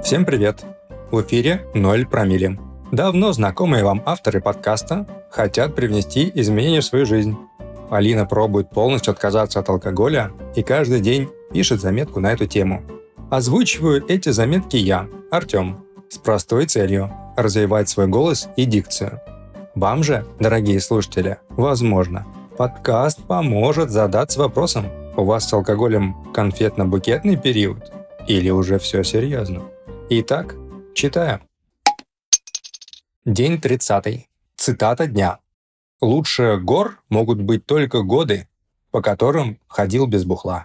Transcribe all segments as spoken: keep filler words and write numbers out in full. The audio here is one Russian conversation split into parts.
Всем привет! В эфире «Ноль промилле». Давно знакомые вам авторы подкаста хотят привнести изменения в свою жизнь. Полина пробует полностью отказаться от алкоголя и каждый день пишет заметку на эту тему. Озвучиваю эти заметки я, Артем, с простой целью – развивать свой голос и дикцию. Вам же, дорогие слушатели, возможно, подкаст поможет задаться вопросом: у вас с алкоголем конфетно-букетный период или уже все серьезно? Итак, читаю. День тридцатый. Цитата дня. «Лучше гор могут быть только годы, по которым ходил без бухла».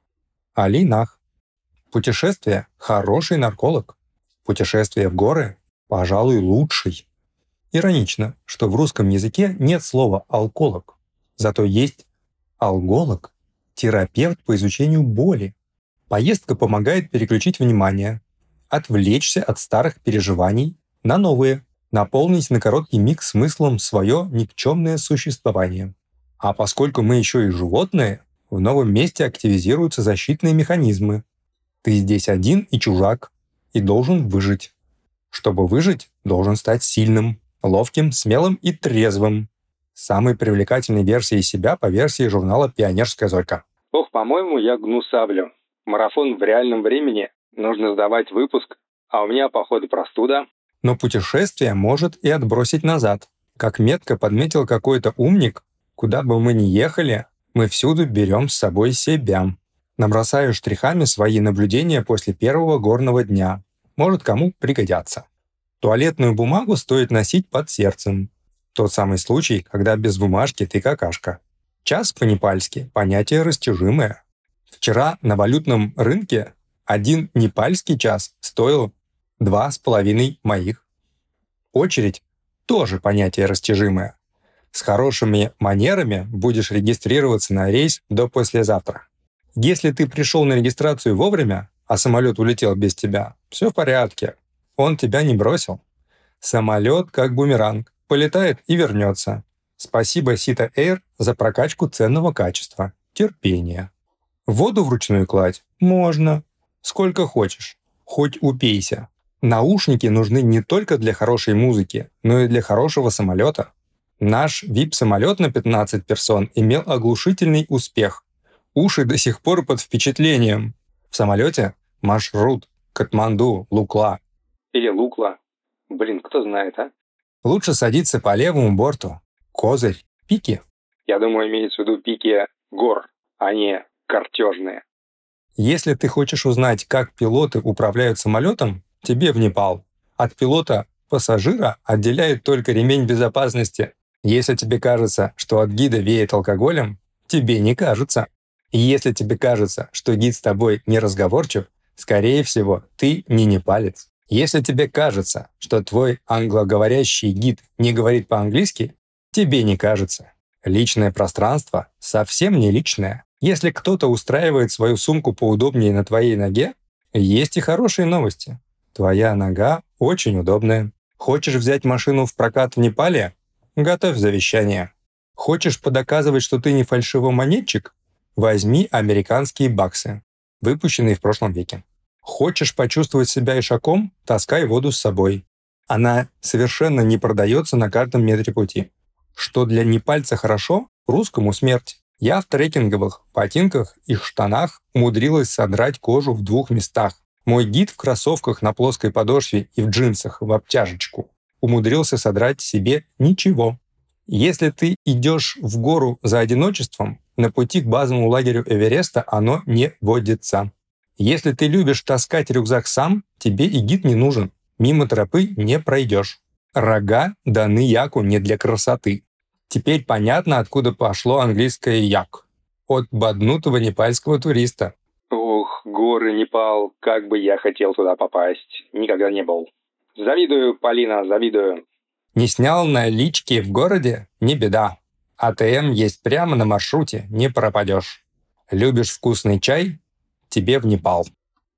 Али Нах. Путешествие – хороший нарколог. Путешествие в горы – пожалуй, лучший. Иронично, что в русском языке нет слова «алколог», зато есть алголог – терапевт по изучению боли. Поездка помогает переключить внимание, отвлечься от старых переживаний на новые, наполнить на короткий миг смыслом свое никчемное существование. А поскольку мы еще и животные, в новом месте активизируются защитные механизмы. Ты здесь один и чужак, и должен выжить. Чтобы выжить, должен стать сильным, ловким, смелым и трезвым. Самой привлекательной версией себя по версии журнала «Пионерская зорька». Ох, по-моему, я гну саблю. Марафон в реальном времени. Нужно сдавать выпуск, а у меня, походу, простуда. Но путешествие может и отбросить назад. Как метко подметил какой-то умник, куда бы мы ни ехали, мы всюду берем с собой себя. Набросаю штрихами свои наблюдения после первого горного дня. Может, кому пригодятся. Туалетную бумагу стоит носить под сердцем. Тот самый случай, когда без бумажки ты какашка. Час по-непальски – понятие растяжимое. Вчера на валютном рынке один непальский час стоил два с половиной моих. Очередь – тоже понятие растяжимое. С хорошими манерами будешь регистрироваться на рейс до послезавтра. Если ты пришел на регистрацию вовремя, а самолет улетел без тебя, все в порядке. Он тебя не бросил. Самолет, как бумеранг, полетает и вернется. Спасибо Сита Эйр за прокачку ценного качества. Терпение. Воду вручную кладь? Можно. Сколько хочешь. Хоть упейся. Наушники нужны не только для хорошей музыки, но и для хорошего самолета. Наш ви ай пи-самолет на пятнадцать персон имел оглушительный успех. Уши до сих пор под впечатлением. В самолете маршрут Катманду-Лукла. Или Лукла. Блин, кто знает, а? Лучше садиться по левому борту. Козырь, пики. Я думаю, имеется в виду пики гор, а не картежные. Если ты хочешь узнать, как пилоты управляют самолетом, тебе в Непал. От пилота-пассажира отделяет только ремень безопасности. Если тебе кажется, что от гида веет алкоголем, тебе не кажется. И если тебе кажется, что гид с тобой не разговорчив, скорее всего, ты не непалец. Если тебе кажется, что твой англоговорящий гид не говорит по-английски, тебе не кажется. Личное пространство совсем не личное. Если кто-то устраивает свою сумку поудобнее на твоей ноге, есть и хорошие новости. Твоя нога очень удобная. Хочешь взять машину в прокат в Непале? Готовь завещание. Хочешь подоказывать, что ты не фальшивомонетчик? Возьми американские баксы, выпущенные в прошлом веке. Хочешь почувствовать себя ишаком? Таскай воду с собой. Она совершенно не продается на каждом метре пути. Что для непальца хорошо, русскому смерть. Я в трекинговых ботинках и штанах умудрилась содрать кожу в двух местах. Мой гид в кроссовках на плоской подошве и в джинсах в обтяжечку умудрился содрать себе ничего. Если ты идешь в гору за одиночеством, на пути к базовому лагерю Эвереста оно не водится. Если ты любишь таскать рюкзак сам, тебе и гид не нужен. Мимо тропы не пройдешь. Рога даны яку не для красоты. Теперь понятно, откуда пошло английское «як». От боднутого непальского туриста. Ох, горы, Непал, как бы я хотел туда попасть. Никогда не был. Завидую, Полина, завидую. Не снял налички в городе? Не беда. а тэ эм есть прямо на маршруте, не пропадешь. Любишь вкусный чай? Тебе в Непал.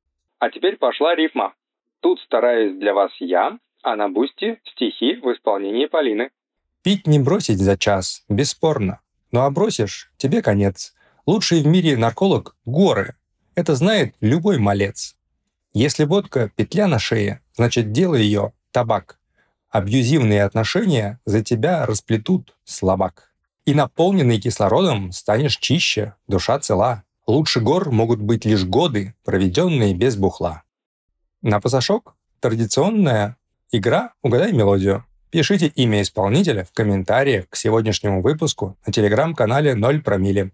А теперь пошла рифма. Тут стараюсь для вас я, а на бусте стихи в исполнении Полины. Пить не бросить за час, бесспорно. Ну а бросишь, тебе конец. Лучший в мире нарколог — горы. Это знает любой малец. Если водка – петля на шее, значит делай ее табак. Абьюзивные отношения за тебя расплетут слабак. И наполненный кислородом станешь чище, душа цела. Лучше гор могут быть лишь годы, проведенные без бухла. На пасашок традиционная игра «Угадай мелодию». Пишите имя исполнителя в комментариях к сегодняшнему выпуску на телеграм-канале ноль промилле.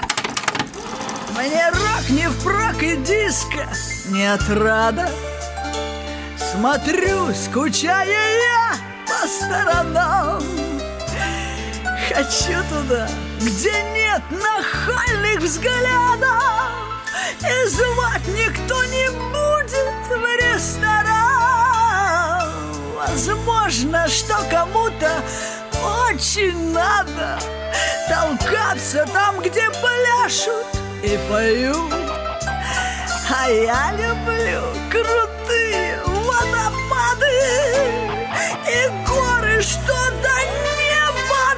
Мне рок не впрок и диско не отрада. Смотрю, скучая я по сторонам. Хочу туда, где нет нахальных взглядов, и звать никто не будет в ресторан. Возможно, что кому-то очень надо толкаться там, где пляшут и поют. А я люблю крутые водопады и горы, что до неба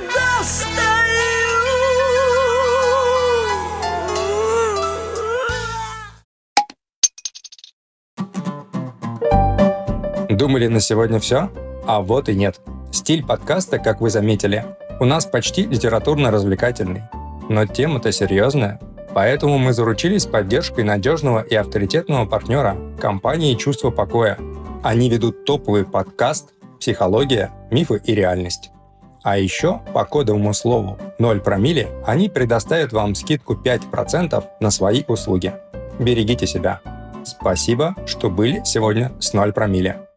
достают. Думали, на сегодня все? А вот и нет. Стиль подкаста, как вы заметили, у нас почти литературно-развлекательный. Но тема-то серьезная. Поэтому мы заручились поддержкой надежного и авторитетного партнера – компании «Чувство покоя». Они ведут топовый подкаст «Психология, мифы и реальность». А еще по кодовому слову ноль промилле они предоставят вам скидку пять процентов на свои услуги. Берегите себя. Спасибо, что были сегодня с ноль промилле.